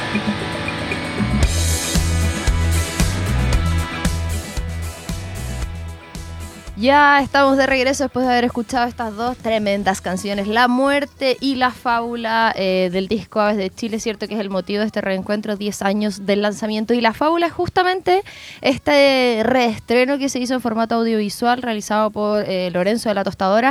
Ya estamos de regreso después de haber escuchado estas dos tremendas canciones, La Muerte y La Fábula, del disco Aves de Chile, cierto que es el motivo de este reencuentro, 10 años del lanzamiento. Y La Fábula es justamente este reestreno que se hizo en formato audiovisual realizado por Lorenzo de la Tostadora,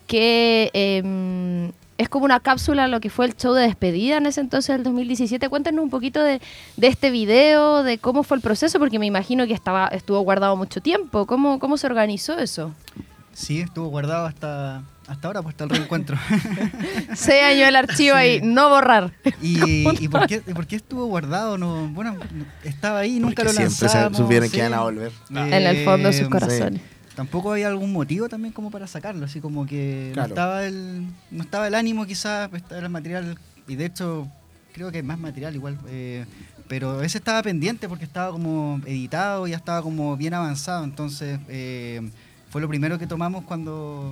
que es como una cápsula a lo que fue el show de despedida en ese entonces del 2017. Cuéntanos un poquito de este video, de cómo fue el proceso, porque me imagino que estuvo guardado mucho tiempo. ¿Cómo se organizó eso? Sí, estuvo guardado hasta ahora, pues hasta el reencuentro. 6 años el archivo sí. Ahí, no borrar. ¿Y por qué estuvo guardado? No, bueno, estaba ahí, nunca lo lanzamos. Siempre supieron que iban a volver. En el fondo de sus corazones. Sí. Tampoco había algún motivo también como para sacarlo, así como que claro. no estaba el ánimo quizás, estaba el material, y de hecho creo que hay más material igual, pero ese estaba pendiente porque estaba como editado, ya estaba como bien avanzado, entonces fue lo primero que tomamos cuando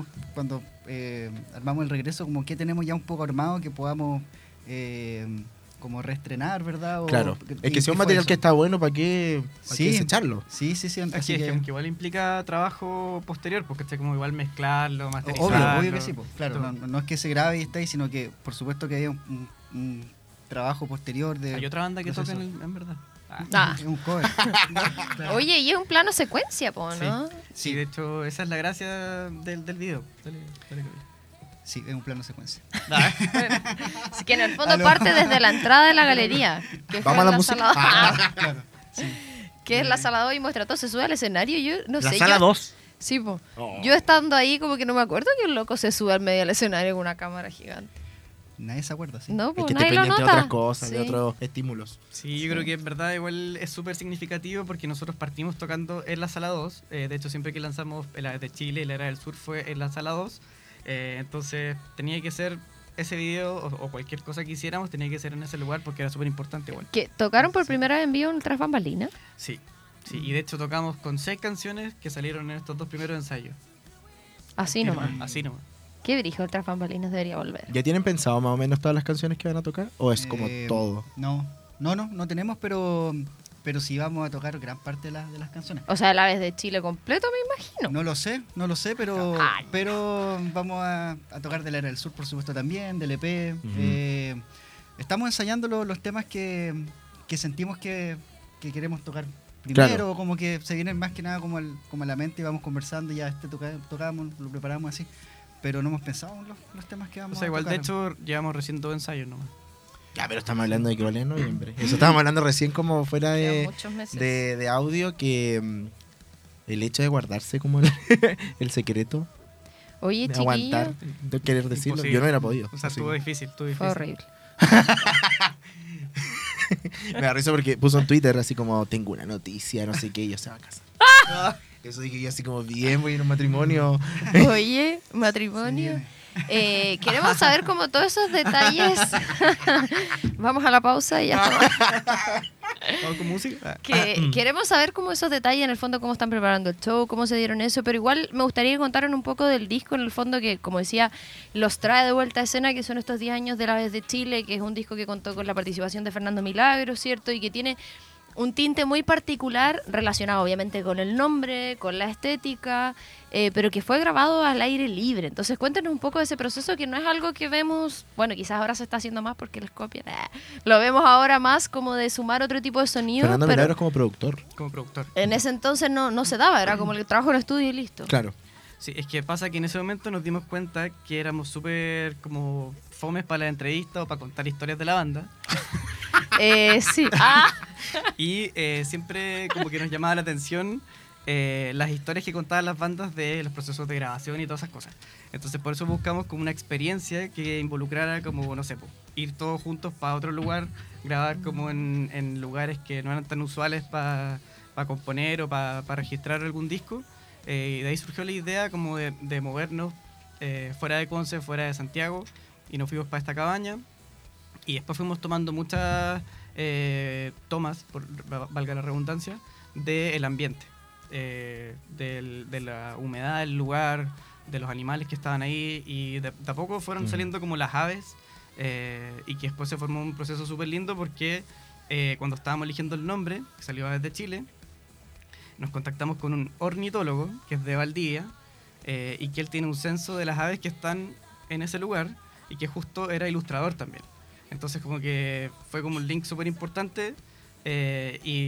armamos el regreso, como que tenemos ya un poco armado que podamos como reestrenar, ¿verdad? Claro, es que si es un material que está bueno, ¿para qué desecharlo? Sí. Así que aunque igual implica trabajo posterior, porque está como igual mezclarlo, masterizarlo. Obvio que sí, pues, claro, no es que se grabe y está ahí, sino que por supuesto que hay un trabajo posterior de... Hay otra banda que toca en verdad. Es un cover. Claro. Oye, y es un plano secuencia, ¿no? Sí, de hecho, esa es la gracia del video. Dale. Sí, es un plano secuencia. Bueno, así que en el fondo parte desde la entrada de la galería. Que vamos a la música. Claro. Sí. Que es la sala 2 y muestra todo. Se sube al escenario. Yo no sé. ¿La sala 2? Sí, po. Yo estando ahí, como que no me acuerdo que un loco se sube al medio del escenario con una cámara gigante. Nadie se acuerda, sí. No, es que nadie te pendiente lo de otras cosas, de otros estímulos. Sí, yo creo que en verdad igual es súper significativo porque nosotros partimos tocando en la sala 2. De hecho, siempre que lanzamos la de Chile y la Era del Sur fue en la sala 2. Entonces tenía que ser ese video o cualquier cosa que hiciéramos tenía que ser en ese lugar porque era súper importante igual. ¿Que tocaron por primera vez en vivo en Tras Bambalinas? Sí, y de hecho tocamos con 6 canciones que salieron en estos 2 primeros ensayos. Así nomás. Qué brillo, el Tras Bambalinas debería volver. ¿Ya tienen pensado más o menos todas las canciones que van a tocar? ¿O es como todo? No tenemos, pero sí vamos a tocar gran parte de las canciones. O sea, la vez de Chile completo, me imagino. No lo sé, pero vamos a tocar de la Era del Sur, por supuesto, también, del EP. Uh-huh. Estamos ensayando los temas que sentimos que queremos tocar primero, claro. Como que se vienen más que nada como a la mente y vamos conversando, ya tocamos, lo preparamos así, pero no hemos pensado en los temas que vamos a tocar. Igual de hecho llevamos recién 2 ensayos nomás. Ya, pero estamos hablando de que vale en noviembre. Eso estábamos hablando recién como fuera de audio, que el hecho de guardarse como el secreto. Oye, de aguantar, de querer decirlo. Imposible. Yo no hubiera podido. O sea, estuvo difícil. Fue horrible. Me da risa porque puso en Twitter así como, tengo una noticia, no sé qué, y yo se va a casar. Eso dije yo así como, bien, voy a ir a un matrimonio. Oye, matrimonio. Queremos saber como todos esos detalles. Vamos a la pausa y ya está. ¿Vamos con música? Queremos saber como esos detalles en el fondo, cómo están preparando el show, cómo se dieron eso, pero igual me gustaría que contaran un poco del disco en el fondo que, como decía, los trae de vuelta a escena, que son estos 10 años de La Vez de Chile, que es un disco que contó con la participación de Fernando Milagro, ¿cierto? Y que tiene un tinte muy particular relacionado obviamente con el nombre, con la estética, pero que fue grabado al aire libre. Entonces cuéntanos un poco de ese proceso, que no es algo que vemos, bueno, quizás ahora se está haciendo más porque les copian, lo vemos ahora más como de sumar otro tipo de sonido. Fernando Milagro es como productor. En ese entonces no se daba, era como el trabajo en estudio y listo. Claro. Sí, es que pasa que en ese momento nos dimos cuenta que éramos súper como fomes para la entrevista o para contar historias de la banda. Sí. Y siempre como que nos llamaba la atención las historias que contaban las bandas de los procesos de grabación y todas esas cosas. Entonces por eso buscamos como una experiencia que involucrara como, no sé, ir todos juntos para otro lugar, grabar como en lugares que no eran tan usuales para componer o para registrar algún disco. Y de ahí surgió la idea como de movernos fuera de Conce, fuera de Santiago, y nos fuimos para esta cabaña. Y después fuimos tomando muchas tomas, valga la redundancia, del ambiente, de la humedad del lugar, de los animales que estaban ahí, y de a poco fueron saliendo como las aves y que después se formó un proceso súper lindo porque cuando estábamos eligiendo el nombre, que salió desde Chile, nos contactamos con un ornitólogo que es de Valdivia y que él tiene un censo de las aves que están en ese lugar y que justo era ilustrador también. Entonces como que fue como un link súper importante y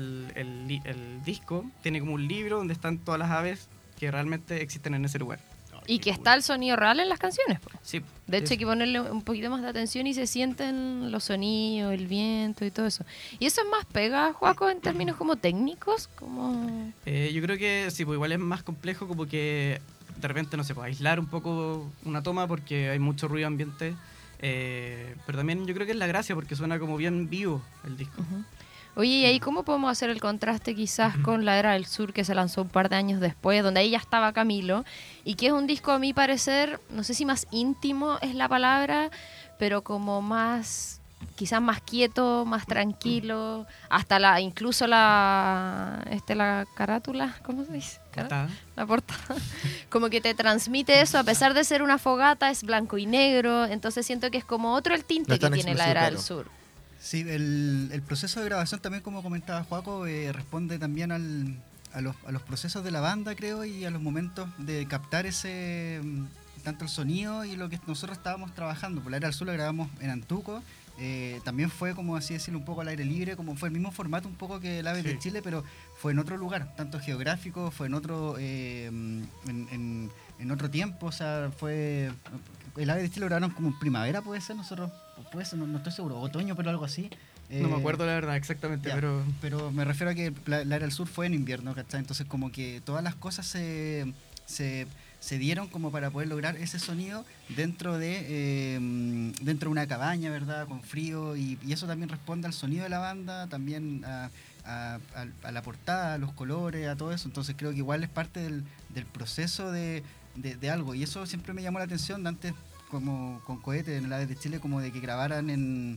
el disco tiene como un libro donde están todas las aves que realmente existen en ese lugar. Y que está el sonido real en las canciones. Pues. Sí. De hecho, hay que ponerle un poquito más de atención y se sienten los sonidos, el viento y todo eso. ¿Y eso es más pega, Joaco, en términos como técnicos? Como... yo creo que sí, pues igual es más complejo como que de repente, no sé, pues aislar un poco una toma porque hay mucho ruido ambiente. Pero también yo creo que es la gracia porque suena como bien vivo el disco. Uh-huh. Oye, ¿y ahí cómo podemos hacer el contraste quizás con La Era del Sur, que se lanzó un par de años después, donde ahí ya estaba Camilo, y que es un disco, a mi parecer, no sé si más íntimo es la palabra, pero como más, quizás más quieto, más tranquilo, hasta incluso la carátula, ¿cómo se dice? La portada. Como que te transmite eso, a pesar de ser una fogata, es blanco y negro, entonces siento que es como otro el tinte que tiene La Era del Sur. Sí, el proceso de grabación también, como comentaba Joaco, responde también a los procesos de la banda, creo, y a los momentos de captar ese tanto el sonido y lo que nosotros estábamos trabajando. Por La Era del Sur la grabamos en Antuco, también fue, como así decirlo, un poco al aire libre, como fue el mismo formato un poco que el Aves de Chile, pero fue en otro lugar, tanto geográfico, fue en otro en otro tiempo, o sea, fue... El Aves de Chile lo grabaron como en primavera, puede ser, nosotros... Puede ser, no estoy seguro, otoño, pero algo así. No me acuerdo la verdad exactamente, ya, pero me refiero a que la Era del Sur fue en invierno, ¿cachai? Entonces como que todas las cosas se dieron como para poder lograr ese sonido dentro de una cabaña, ¿verdad? Con frío, y eso también responde al sonido de la banda, también a la portada, a los colores, a todo eso. Entonces creo que igual es parte del proceso de algo, y eso siempre me llamó la atención de antes, como con Cohete en el Aves de Chile, como de que grabaran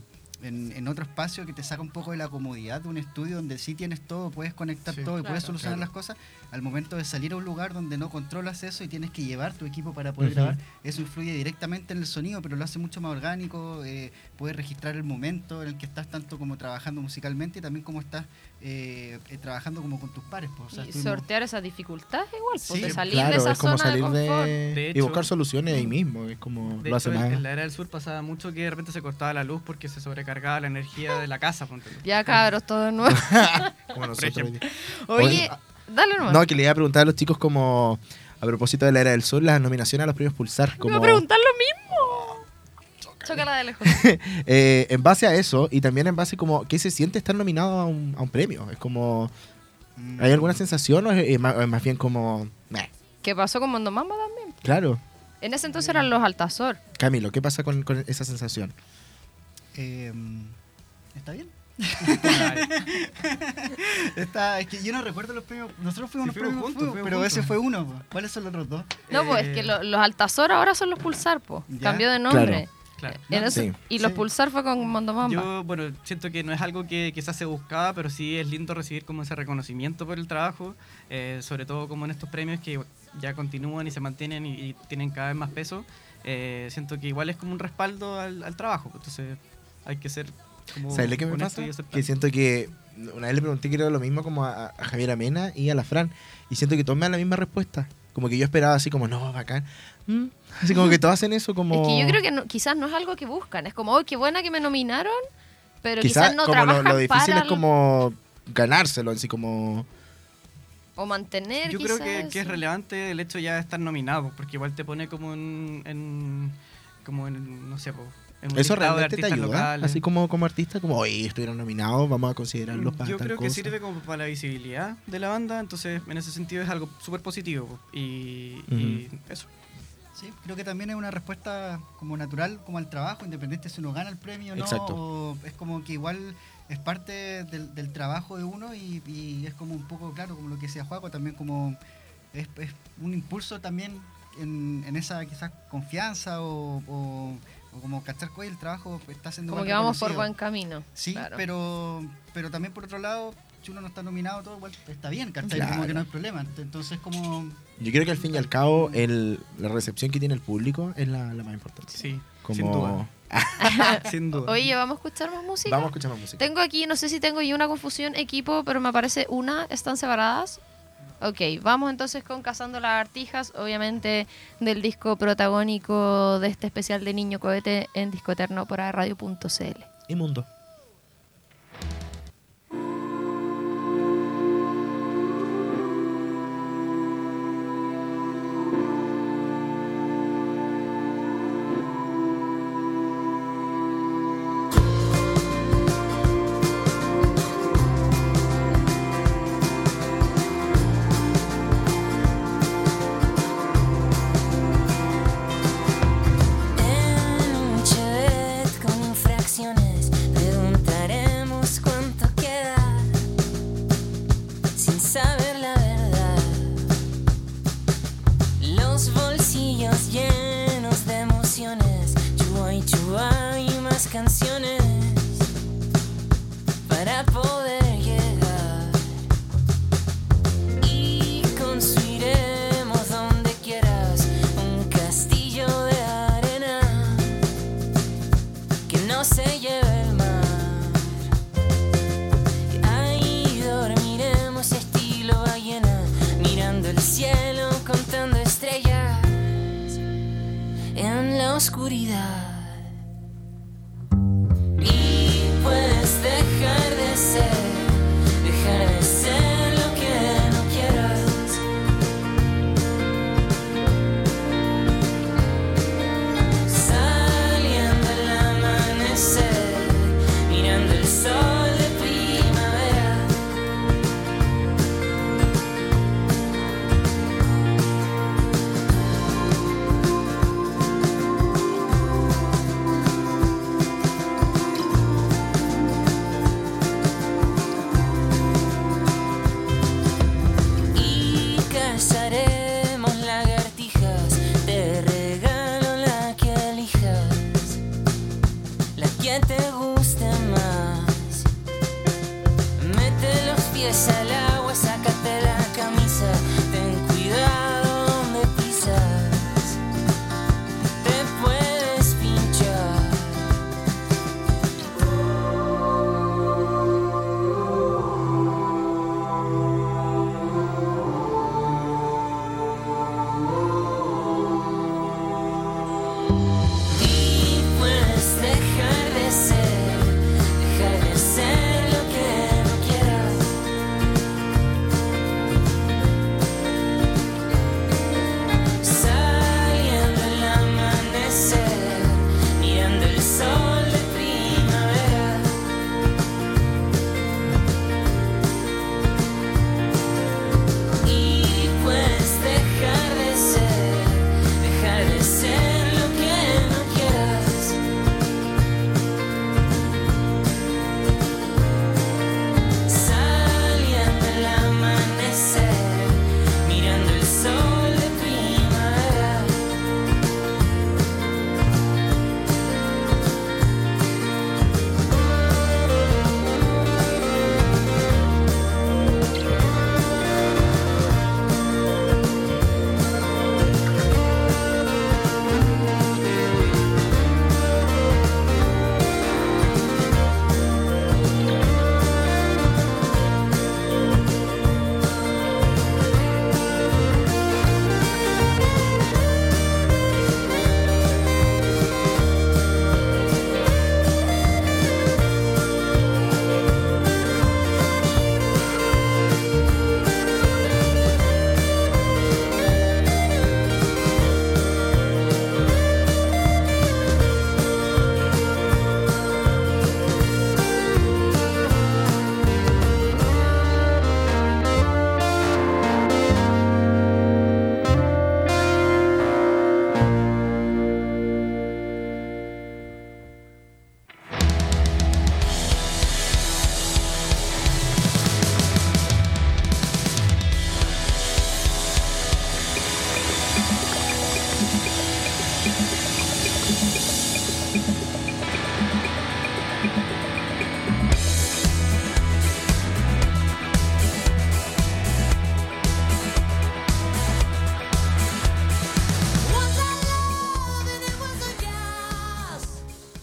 en otro espacio que te saca un poco de la comodidad de un estudio donde sí tienes todo, puedes conectar todo y puedes solucionar las cosas. Al momento de salir a un lugar donde no controlas eso y tienes que llevar tu equipo para poder grabar, eso influye directamente en el sonido, pero lo hace mucho más orgánico. Puedes registrar el momento en el que estás tanto como trabajando musicalmente y también como estás trabajando como con tus pares. Pues, o sea, y sortear esas dificultades igual, porque salir claro, de esa es como zona salir de confort. De hecho, y buscar soluciones ahí mismo, es como de lo hecho, hace más. en La Era del Sur pasaba mucho que de repente se cortaba la luz porque se sobrecargaba la energía de la casa. Ya cabros, todo de nuevo. Como nosotros. Oye, dale nomás. No, que le iba a preguntar a los chicos como, a propósito de La Era del Sur, las nominaciones a los premios Pulsar. Como... ¿Me va a preguntar lo mismo? Chócala de lejos. En base a eso, y también en base como, ¿qué se siente estar nominado a un premio? Es como, ¿hay alguna sensación o es más bien como... ¿Qué pasó con Mondo Mambo también? Claro. En ese entonces eran los Altazor. Camilo, ¿qué pasa con esa sensación? ¿Está bien? Es que yo no recuerdo los premios. Nosotros fuimos unos premios juntos, pero ese fue uno. ¿Cuáles son los otros dos? No, pues es que los Altazor ahora son los Pulsar, pues. Cambió de nombre. Claro. Y los Pulsar fue con Mondo Mamba. Yo, bueno, siento que no es algo que quizás se buscaba, pero sí es lindo recibir como ese reconocimiento por el trabajo, sobre todo como en estos premios que ya continúan y se mantienen y tienen cada vez más peso. Siento que igual es como un respaldo al trabajo, entonces hay que ser como... ¿Sabes lo que me pasa? Que siento que una vez le pregunté, creo, lo mismo como a Javier Amena y a la Fran, y siento que todos me dan la misma respuesta. Como que yo esperaba así como, no, bacán. Así como que todos hacen eso como... Es que yo creo que quizás no es algo que buscan. Es como, oh, qué buena que me nominaron, pero quizás no como trabajan lo difícil para... es como ganárselo, así como... O mantener, yo creo que es relevante el hecho ya de estar nominado, porque igual te pone como en no sé, en un eso listado de realmente te artistas ayuda, locales. Así como artista, como, oye, estuvieron nominados, vamos a considerarlos para yo tal creo cosa. que sirve como para la visibilidad de la banda, entonces en ese sentido es algo súper positivo y eso. Sí, creo que también es una respuesta como natural como al trabajo, independiente si uno gana el premio o no. Exacto. O es como que igual es parte del trabajo de uno y es como un poco, claro, como lo que decía Joaco, también como es un impulso también en esa quizás confianza o como cachar que el trabajo está haciendo como que vamos por buen camino. Sí, claro. pero también por otro lado, si uno no está nominado, todo igual está bien, ¿cachai? Claro. Como que no hay problema. Entonces como... Yo creo que al fin y al cabo la recepción que tiene el público es la más importante. Sí, como, sin duda. Sin duda. Oye, ¿vamos a escuchar más música? Vamos a escuchar más música. Tengo aquí, no sé si tengo yo una confusión equipo, pero me parece ¿están separadas? Ok, vamos entonces con Cazando Lagartijas, obviamente del disco protagónico de este especial de Niño Cohete en Disco Eterno por radio.cl. Y Mundo.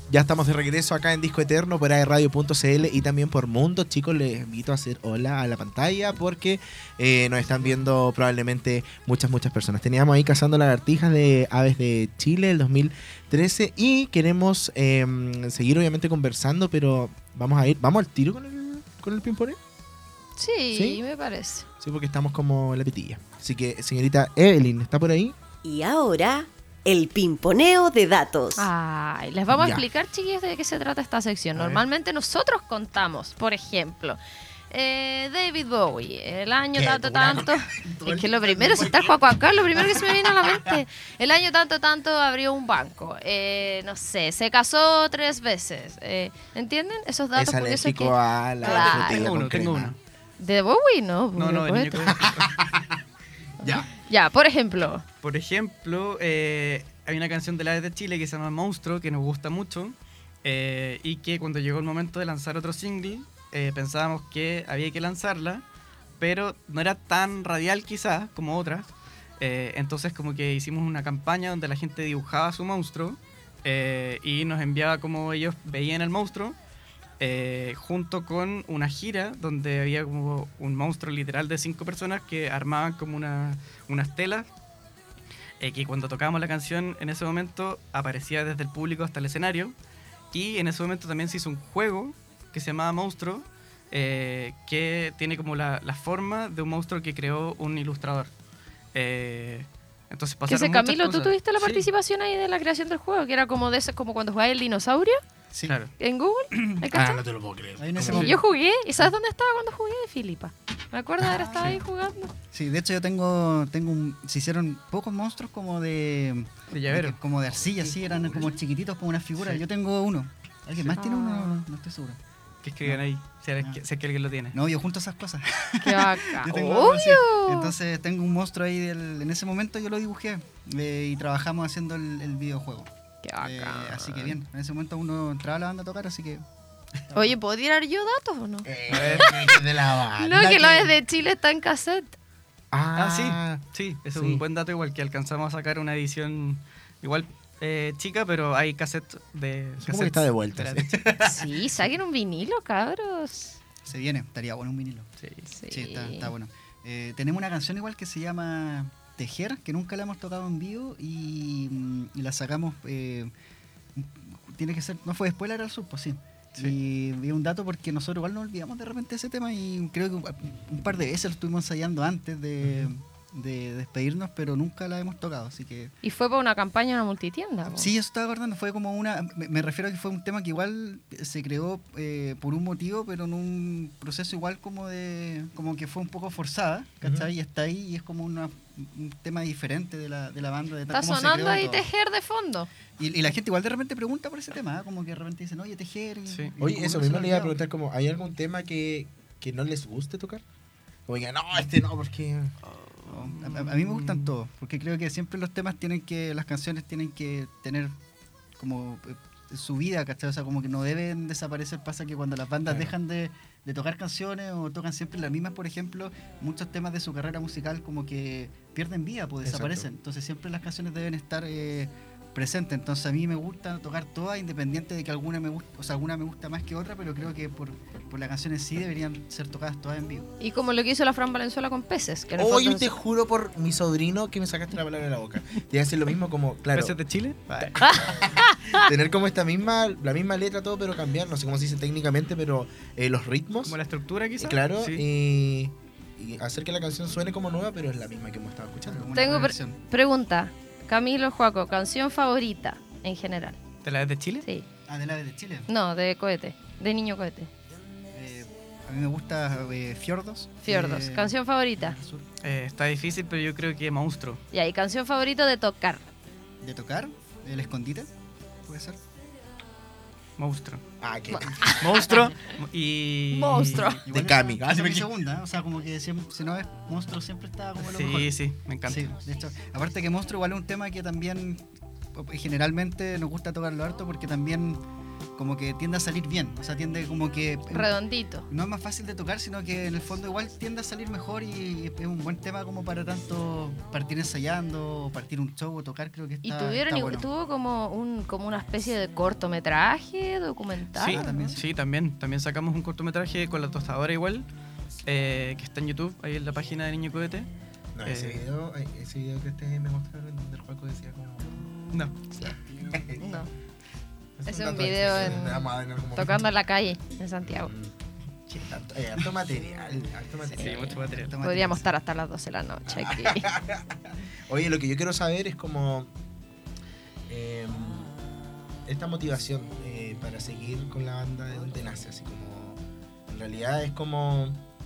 Ya estamos de regreso acá en Disco Eterno por aerradio.cl y también por Mundo. Chicos, les invito a hacer hola a la pantalla porque nos están viendo probablemente muchas personas. Teníamos ahí Cazando Lagartijas de Aves de Chile del 2013 y queremos seguir obviamente conversando, pero vamos al tiro con el ping-pong. Sí, me parece. Sí, porque estamos como la pitilla. Así que, señorita Evelyn, ¿está por ahí? Y ahora, el pimponeo de datos. Ay, les vamos a Ya. explicar, chiquillos, de qué se trata esta sección. Normalmente nosotros contamos, por ejemplo, David Bowie, el año tanto. Es que lo primero, si está Juan Carlos, lo primero que se me viene a la mente. El año tanto abrió un banco. No sé, se casó 3 veces. ¿Entienden? Esos datos Es curiosos alérgico que... a la Claro. frutilla con Tengo crema. uno. ¿De Bowie? No, No, de niño poeta. Ya. Ya, por ejemplo. Por ejemplo, hay una canción de Aves de Chile que se llama Monstruo, que nos gusta mucho, y que cuando llegó el momento de lanzar otro single, pensábamos que había que lanzarla, pero no era tan radial quizás como otras. Entonces como que hicimos una campaña donde la gente dibujaba su monstruo y nos enviaba como ellos veían el monstruo, junto con una gira donde había como un monstruo literal de 5 personas que armaban como unas telas, que cuando tocábamos la canción en ese momento aparecía desde el público hasta el escenario, y en ese momento también se hizo un juego que se llamaba Monstruo, que tiene como la forma de un monstruo que creó un ilustrador. Entonces Que pasaron ese muchas Camilo, ¿tú cosas. tuviste la Sí, participación ahí de la creación del juego? Que era como de ese, como cuando jugaba el dinosaurio Sí. claro. en Google. ¿Hay cachado? no te lo puedo creer. Ahí en ese Y momento. yo jugué, ¿y sabes dónde estaba cuando jugué? De Filipa. Me acuerdo de haber estado ahí jugando. Sí, de hecho yo se hicieron pocos monstruos como de llavero. como de arcilla, sí, eran como chiquititos, como unas figuras. Yo tengo uno. ¿Alguien más tiene uno? No estoy seguro. Que escriban ahí, si es que alguien lo tiene. No, yo junto esas cosas. Qué bacán. Yo tengo algo así. ¡Obvio! Entonces tengo un monstruo ahí en ese momento yo lo dibujé y trabajamos haciendo el videojuego. Qué bacán. Así que bien, en ese momento uno entraba a la banda a tocar, así que Oye, ¿puedo tirar yo datos o no? De la banda No, que la vez de Chile está en cassette. Sí, eso Sí. es un buen dato, igual que alcanzamos a sacar una edición igual chica, chica, pero hay cassette de... Como que está de vuelta. cassettes Sí. gratis. Sí, saquen un vinilo, cabros. se viene, estaría bueno un vinilo. Sí. Sí, está bueno. Tenemos una canción igual que se llama Tejer, que nunca la hemos tocado en vivo y la sacamos, tiene que ser, no fue después de la Era del Sur, pues sí. Sí. Y vi un dato porque nosotros igual nos olvidamos de repente ese tema y creo que un par de veces lo estuvimos ensayando antes de despedirnos, pero nunca la hemos tocado, así que... Y fue para una campaña en una multitienda. po. Sí, eso estaba acordando, fue como me refiero a que fue un tema que igual se creó por un motivo, pero en un proceso igual como que fue un poco forzada, ¿cachai? Y está ahí y es como un tema diferente de la banda. De Está cómo se sonando creó ahí todo. Tejer de fondo. Y la gente igual de repente pregunta por ese tema, como que de repente dicen, oye, Tejer. Sí. y Oye, como eso que se mismo lo le iba a olvidaba. preguntar, como, ¿hay algún tema que no les guste tocar? Como digan, no, este no, porque... A mí me gustan todos, porque creo que siempre los temas las canciones tienen que tener como su vida, ¿cachai? O sea, como que no deben desaparecer. Pasa que cuando las bandas Claro. dejan de tocar canciones o tocan siempre las mismas, por ejemplo, muchos temas de su carrera musical como que pierden vida, pues Exacto. desaparecen. Entonces siempre las canciones deben estar presentes. Entonces a mí me gusta tocar todas, independiente de que alguna me gusta más que otra, pero creo que por la canción en sí deberían ser tocadas todas en vivo. Y como lo que hizo la Fran Valenzuela con Peces. Que en el Oye, fondo te juro por mi sobrino que me sacaste la palabra de la boca. Te iba a decir lo mismo como, claro, ¿Peces de Chile? tener como la misma letra todo, pero cambiar, no sé cómo se dice técnicamente, pero los ritmos, Como la estructura quizás. claro, Sí. y hacer que la canción suene como nueva, pero es la misma que hemos estado escuchando. Una Tengo reversión. pregunta. Camilo Juaco, canción favorita en general. ¿De la de Chile? Sí. Ah, de la de Chile. No, de cohete. De niño cohete. A mí me gusta Fiordos. Fiordos. Canción favorita. del sur. Está difícil, pero yo creo que Monstruo. Y ahí, canción favorita de tocar. De tocar, el escondite, puede ser. Monstruo. Ah, que Monstruo y... Monstruo. Igual Cami. esa es mi segunda, o sea, como que siempre, si no es Monstruo siempre está como lo mejor. Sí, sí, me encanta. Sí, de hecho, aparte que Monstruo igual es un tema que también generalmente nos gusta tocarlo harto porque también como que tiende a salir bien, o sea, tiende como que... Redondito. No es más fácil de tocar, sino que en el fondo igual tiende a salir mejor y es un buen tema como para tanto partir ensayando, o partir un show o tocar, creo que está, Y tuvieron, está bueno. tuvo como una especie de cortometraje, documental. Sí, ¿no? también sacamos un cortometraje con la tostadora igual, que está en YouTube, ahí en la página de Niño Cohete. No, ese video que ustedes me mostraron donde el Juaco decía como... No. No. Es un dato video extra, en- vamos a ver en algún momento. Tocando en la calle, en Santiago. Sí, harto material, harto material. Sí, mucho material. Podríamos estar hasta las 12 de la noche aquí. Oye, lo que yo quiero saber es como esta motivación para seguir con la banda, de dónde nace, así como en realidad es como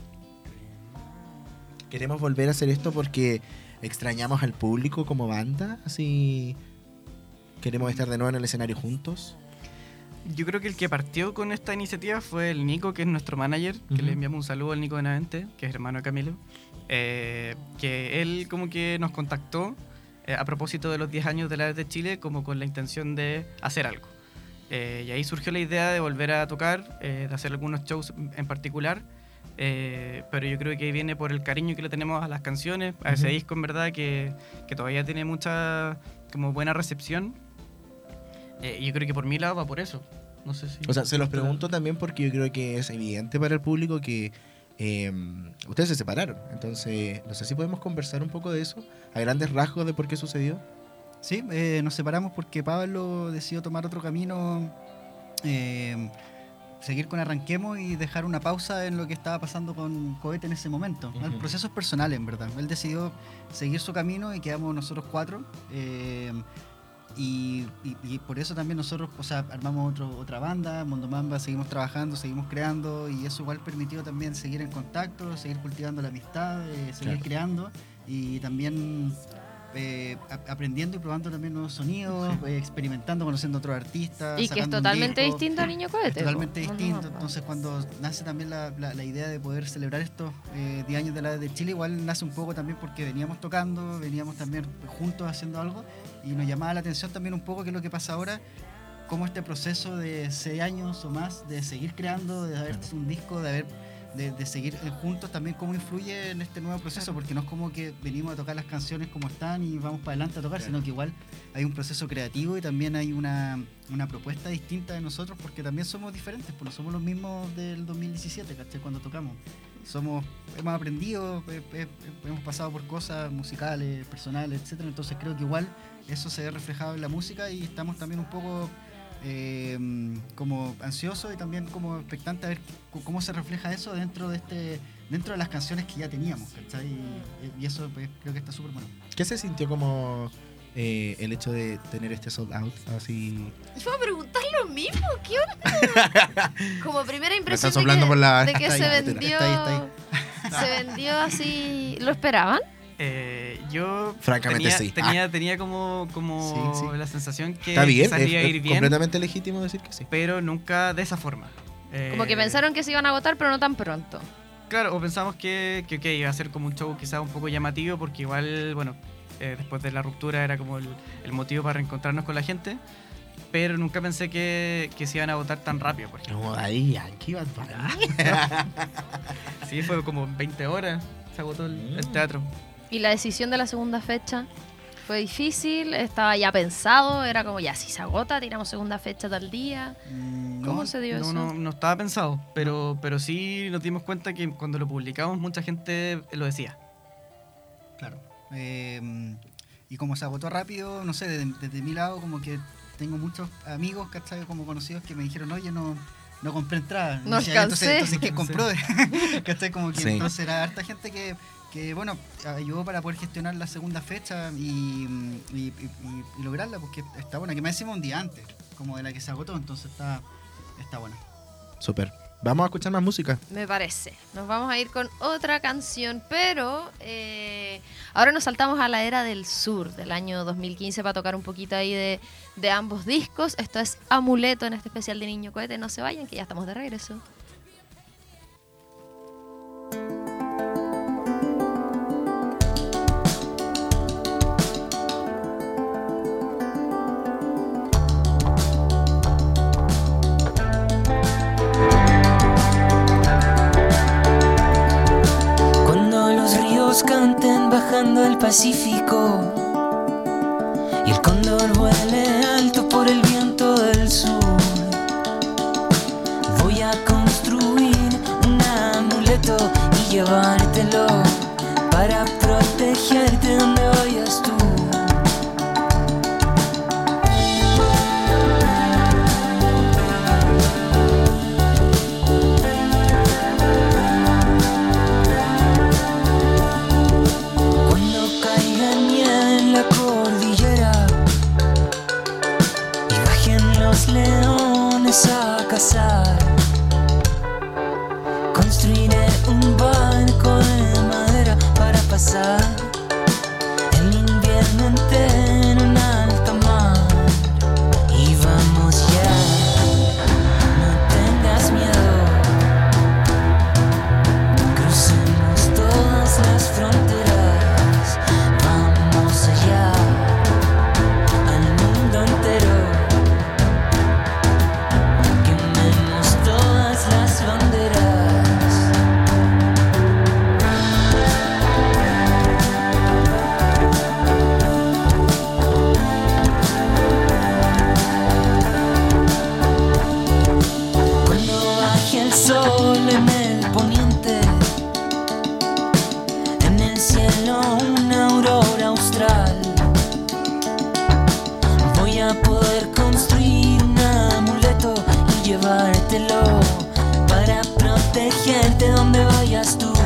queremos volver a hacer esto porque extrañamos al público como banda, así queremos estar de nuevo en el escenario juntos. Yo creo que el que partió con esta iniciativa fue el Nico, que es nuestro manager, que le enviamos un saludo al Nico Benavente, que es hermano de Camilo, que él como que nos contactó a propósito de los 10 años de la Vez de Chile, como con la intención de hacer algo. Y ahí surgió la idea de volver a tocar, de hacer algunos shows en particular, pero yo creo que viene por el cariño que le tenemos a las canciones, a ese disco en verdad, que todavía tiene mucha como buena recepción. Y yo creo que por mi lado va por eso. No sé si... O sea, se los pregunto también porque yo creo que es evidente para el público que ustedes se separaron. Entonces, no sé si podemos conversar un poco de eso, a grandes rasgos de por qué sucedió. Sí, nos separamos porque Pablo decidió tomar otro camino, seguir con Arranquemos y dejar una pausa en lo que estaba pasando con Cohete en ese momento. Ujú. El proceso es personal, en verdad. Él decidió seguir su camino y quedamos nosotros 4. Y por eso también nosotros, o sea, armamos otra banda, Mondo Mamba, seguimos trabajando, seguimos creando, y eso igual permitió también seguir en contacto, seguir cultivando la amistad, seguir Claro. creando y también aprendiendo y probando también nuevos sonidos, experimentando, conociendo a otros artistas. Y que es sacando un totalmente disco. distinto a Niño Cohete. Es totalmente po. distinto. Entonces, cuando nace también la idea de poder celebrar estos 10 años de la de Chile, igual nace un poco también porque veníamos tocando, veníamos también juntos haciendo algo, y nos llamaba la atención también un poco qué es lo que pasa ahora, cómo este proceso de 6 años o más, de seguir creando, de haber un disco, de seguir juntos, también cómo influye en este nuevo proceso, porque no es como que venimos a tocar las canciones como están y vamos para adelante a tocar, sino que igual hay un proceso creativo y también hay una propuesta distinta de nosotros, porque también somos diferentes, pues no somos los mismos del 2017, ¿cachai? Cuando tocamos. Hemos aprendido, hemos pasado por cosas musicales, personales, etcétera. Entonces creo que igual eso se ve reflejado en la música y estamos también un poco como ansiosos y también como expectantes a ver cómo se refleja eso dentro de las canciones que ya teníamos, ¿cachai? Y eso pues, creo que está súper bueno. ¿Qué se sintió como el hecho de tener este sold out así? Iba a preguntar lo mismo, ¿qué onda? Como primera impresión están soplando por la- de que Está se ahí, vendió. está ahí. Se vendió así. ¿Lo esperaban? Yo Francamente, sí. tenía como Sí. la sensación que Está bien, quizás iba a ir es bien, completamente legítimo decir que sí. pero nunca de esa forma. Como que pensaron que se iban a agotar, pero no tan pronto. Claro, o pensamos que iba a ser como un show quizás un poco llamativo, porque igual, bueno, después de la ruptura era como el motivo para reencontrarnos con la gente, pero nunca pensé que se iban a agotar tan rápido, por ejemplo. Como ahí, Yankee, Bad Bunny. Sí, fue como 20 horas, se agotó el teatro. Y la decisión de la segunda fecha fue difícil, estaba ya pensado, era como ya, si se agota, tiramos segunda fecha tal día. ¿Cómo No, se dio eso? No estaba pensado, pero sí nos dimos cuenta que cuando lo publicamos mucha gente lo decía. Claro. Y como se agotó rápido, no sé, desde mi lado como que tengo muchos amigos, ¿cachai? Como conocidos que me dijeron, oye, no compré entrada. No Y decía, alcancé. entonces ¿qué compró? ¿Cachai? Como que Sí. entonces era harta gente que bueno, ayudó para poder gestionar la segunda fecha y lograrla, porque está buena, que me decimos un día antes, como de la que se agotó, entonces está buena. Súper. Vamos a escuchar más música. Me parece. Nos vamos a ir con otra canción, pero ahora nos saltamos a la era del sur, del año 2015, para tocar un poquito ahí de ambos discos. Esto es Amuleto en este especial de Niño Cohete. No se vayan, que ya estamos de regreso. bajando al Pacífico y el cóndor vuele alto por el viento del sur. Voy a construir un amuleto y llevártelo para protegerte donde vayas tú. Leones a cazar, construiré un barco de madera para pasar el invierno entero en alta mar. Y vamos ya, no tengas miedo, crucemos todas las fronteras, vamos allá, al mundo entero. Las banderas. Cuando baje el sol en el poniente, en el cielo una aurora austral, voy a poder construir un amuleto y llevártelo para protegerte donde vayas tú.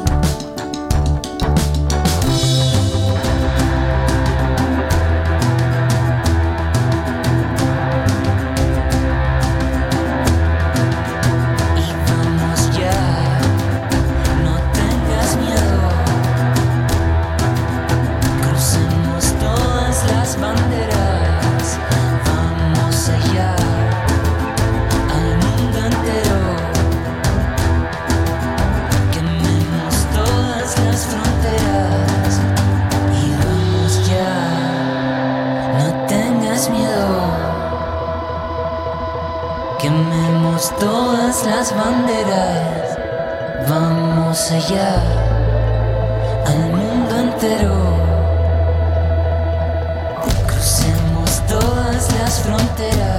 Y vamos ya, no tengas miedo, crucemos todas las banderas, vamos allá, al mundo entero. Las fronteras y vamos ya, no tengas miedo, quememos todas las banderas, vamos allá, al mundo entero, crucemos todas las fronteras.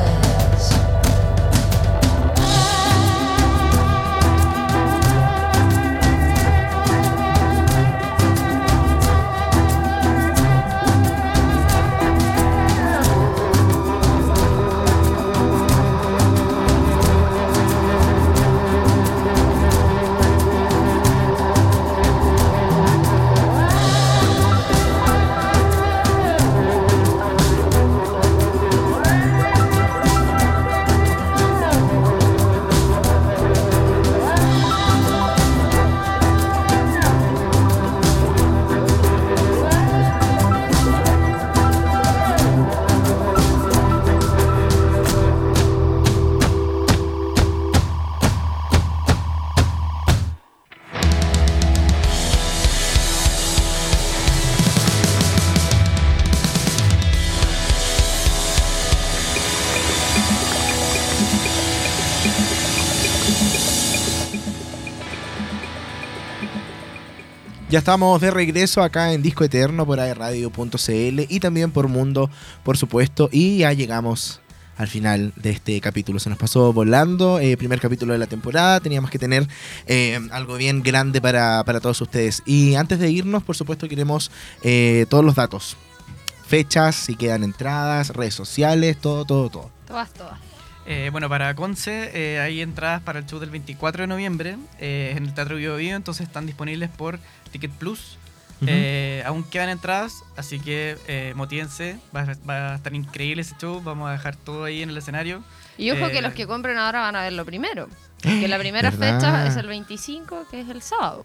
Ya estamos de regreso acá en Disco Eterno por aerradio.cl y también por Mundo, por supuesto. Y ya llegamos al final de este capítulo. Se nos pasó volando, primer capítulo de la temporada. Teníamos que tener algo bien grande para todos ustedes. Y antes de irnos, por supuesto, queremos todos los datos. Fechas, si quedan entradas, redes sociales, todo. Todas. Bueno, para Conce hay entradas para el show del 24 de noviembre en el Teatro Bio Bio, entonces están disponibles por Ticket Plus. Aún quedan entradas, así que motívense, va a estar increíble ese show, vamos a dejar todo ahí en el escenario. Y ojo que los que compren ahora van a verlo primero, porque la primera fecha es el 25, que es el sábado.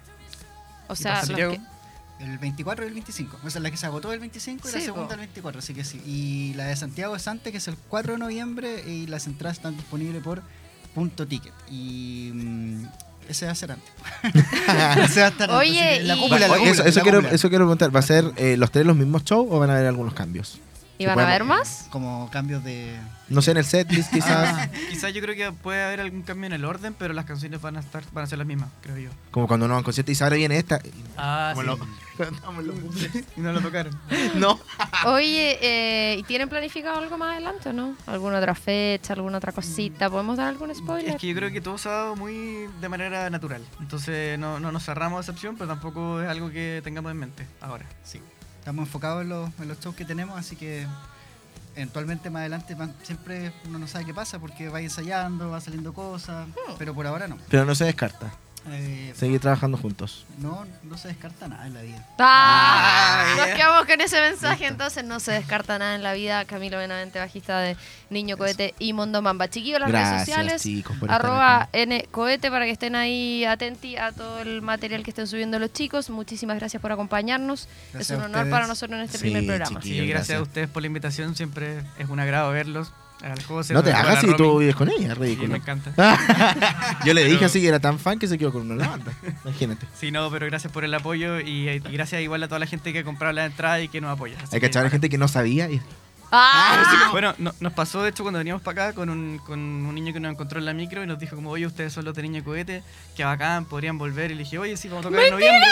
O sea, los que... El 24 y el 25. Esa es la que se agotó el 25 y la segunda el 24, así que sí. Y la de Santiago es antes, que es el 4 de noviembre, y las entradas están disponibles por Punto Ticket. Y ese va a ser antes. Ese va a estar Oye, antes. La cúpula, eso quiero preguntar. ¿Va a ser los tres los mismos shows o van a haber algunos cambios? ¿Y van a haber más? Como cambios de... No sé, en el setlist quizás. Quizás yo creo que puede haber algún cambio en el orden, pero las canciones van a ser las mismas, creo yo. Como cuando uno va a un concierto y dice, ahora viene esta. Como Como y no lo tocaron. No. Oye, ¿y tienen planificado algo más adelante o no? ¿Alguna otra fecha, alguna otra cosita? ¿Podemos dar algún spoiler? Es que yo creo que todo se ha dado muy de manera natural. Entonces no nos cerramos a esa opción, pero tampoco es algo que tengamos en mente ahora. Sí. Estamos enfocados en los shows que tenemos, así que eventualmente más adelante siempre uno no sabe qué pasa porque va ensayando, va saliendo cosas, pero por ahora no. Pero no se descarta. Seguir trabajando juntos. No se descarta nada en la vida. Nos quedamos con ese mensaje. Listo. Entonces no se descarta nada en la vida. Camilo Benavente, bajista de Niño Cohete y Mondo Mamba. Chiquillos, las redes sociales, chicos, @ncohete para que estén ahí atentos a todo el material que estén subiendo los chicos. Muchísimas gracias por acompañarnos. Gracias es un honor para nosotros en este primer programa. Sí, gracias a ustedes por la invitación. Siempre es un agrado verlos. No te hagas si tú vives con ella, ridículo. Sí, me encanta. Yo le dije así que era tan fan que se quedó con una de la banda. Imagínate. Sí, no, pero gracias por el apoyo y gracias igual a toda la gente que ha comprado la entrada y que nos apoya. Hay que echar a la gente que no sabía. Bueno, nos pasó de hecho cuando veníamos para acá con un niño que nos encontró en la micro y nos dijo como, oye, ustedes son los de Niño Cohete, que bacán, podrían volver. Y le dije, oye, sí, vamos a tocar en noviembre.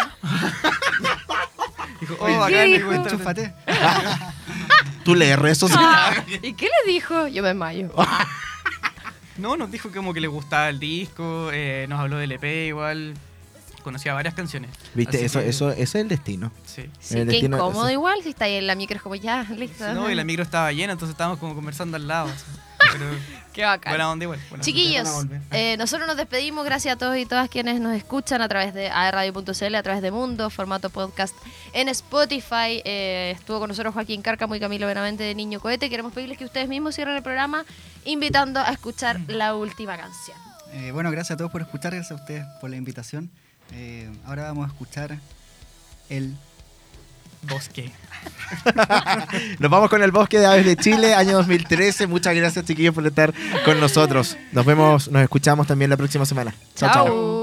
Dijo, bacán, enchúfate. Tú lees redes ¿Y qué le dijo? Yo me desmayo. No, nos dijo como que le gustaba el disco, nos habló del EP igual, conocía varias canciones. Viste, eso es el destino. Sí. Sí, qué incómodo igual, si está ahí en la micro es como ya, listo. Sí, no, y la micro estaba llena, entonces estábamos como conversando al lado. Pero qué bacán. Buena onda igual. Chiquillos, nosotros nos despedimos. Gracias a todos y todas quienes nos escuchan a través de aerradio.cl, a través de Mundo, formato podcast en Spotify. Estuvo con nosotros Joaquín Cárcamo y Camilo Benavente de Niño Cohete. Queremos pedirles que ustedes mismos cierren el programa invitando a escuchar la última canción. Bueno, gracias a todos por escuchar, gracias a ustedes por la invitación. Ahora vamos a escuchar El Bosque. Nos vamos con El Bosque de Aves de Chile, año 2013. Muchas gracias, chiquillos, por estar con nosotros. Nos escuchamos también la próxima semana. Chao, chao.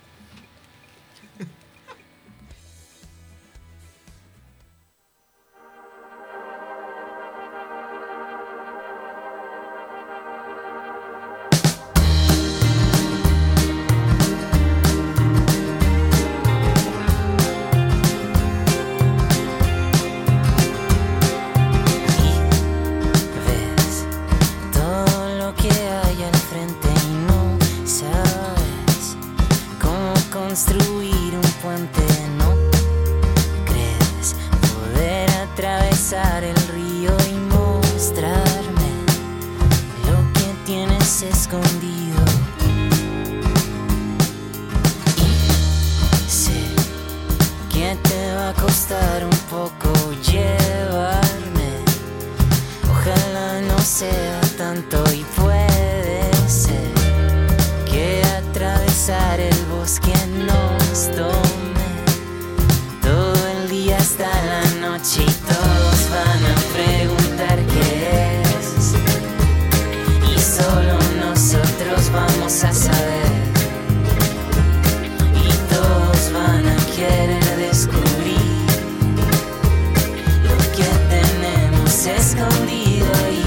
Construir un puente, ¿no crees poder atravesar el río y mostrarme lo que tienes escondido? Y sé que te va a costar un poco llevarme, ojalá no sea tanto y puede ser que atravesar el bosque nos tome todo el día hasta la noche y todos van a preguntar qué es y solo nosotros vamos a saber y todos van a querer descubrir lo que tenemos escondido ahí.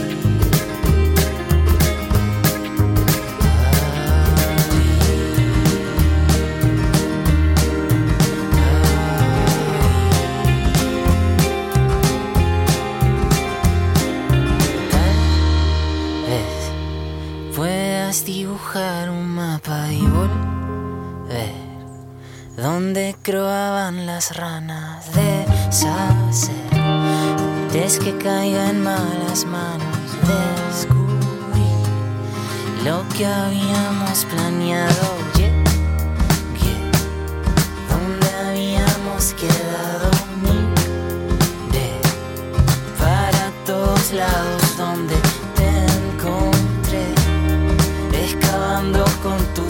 Dibujar un mapa y volver donde croaban las ranas, deshacer antes que caiga en malas manos, descubrir lo que habíamos planeado, donde habíamos quedado, miré para todos lados donde te encontré, excavando con tu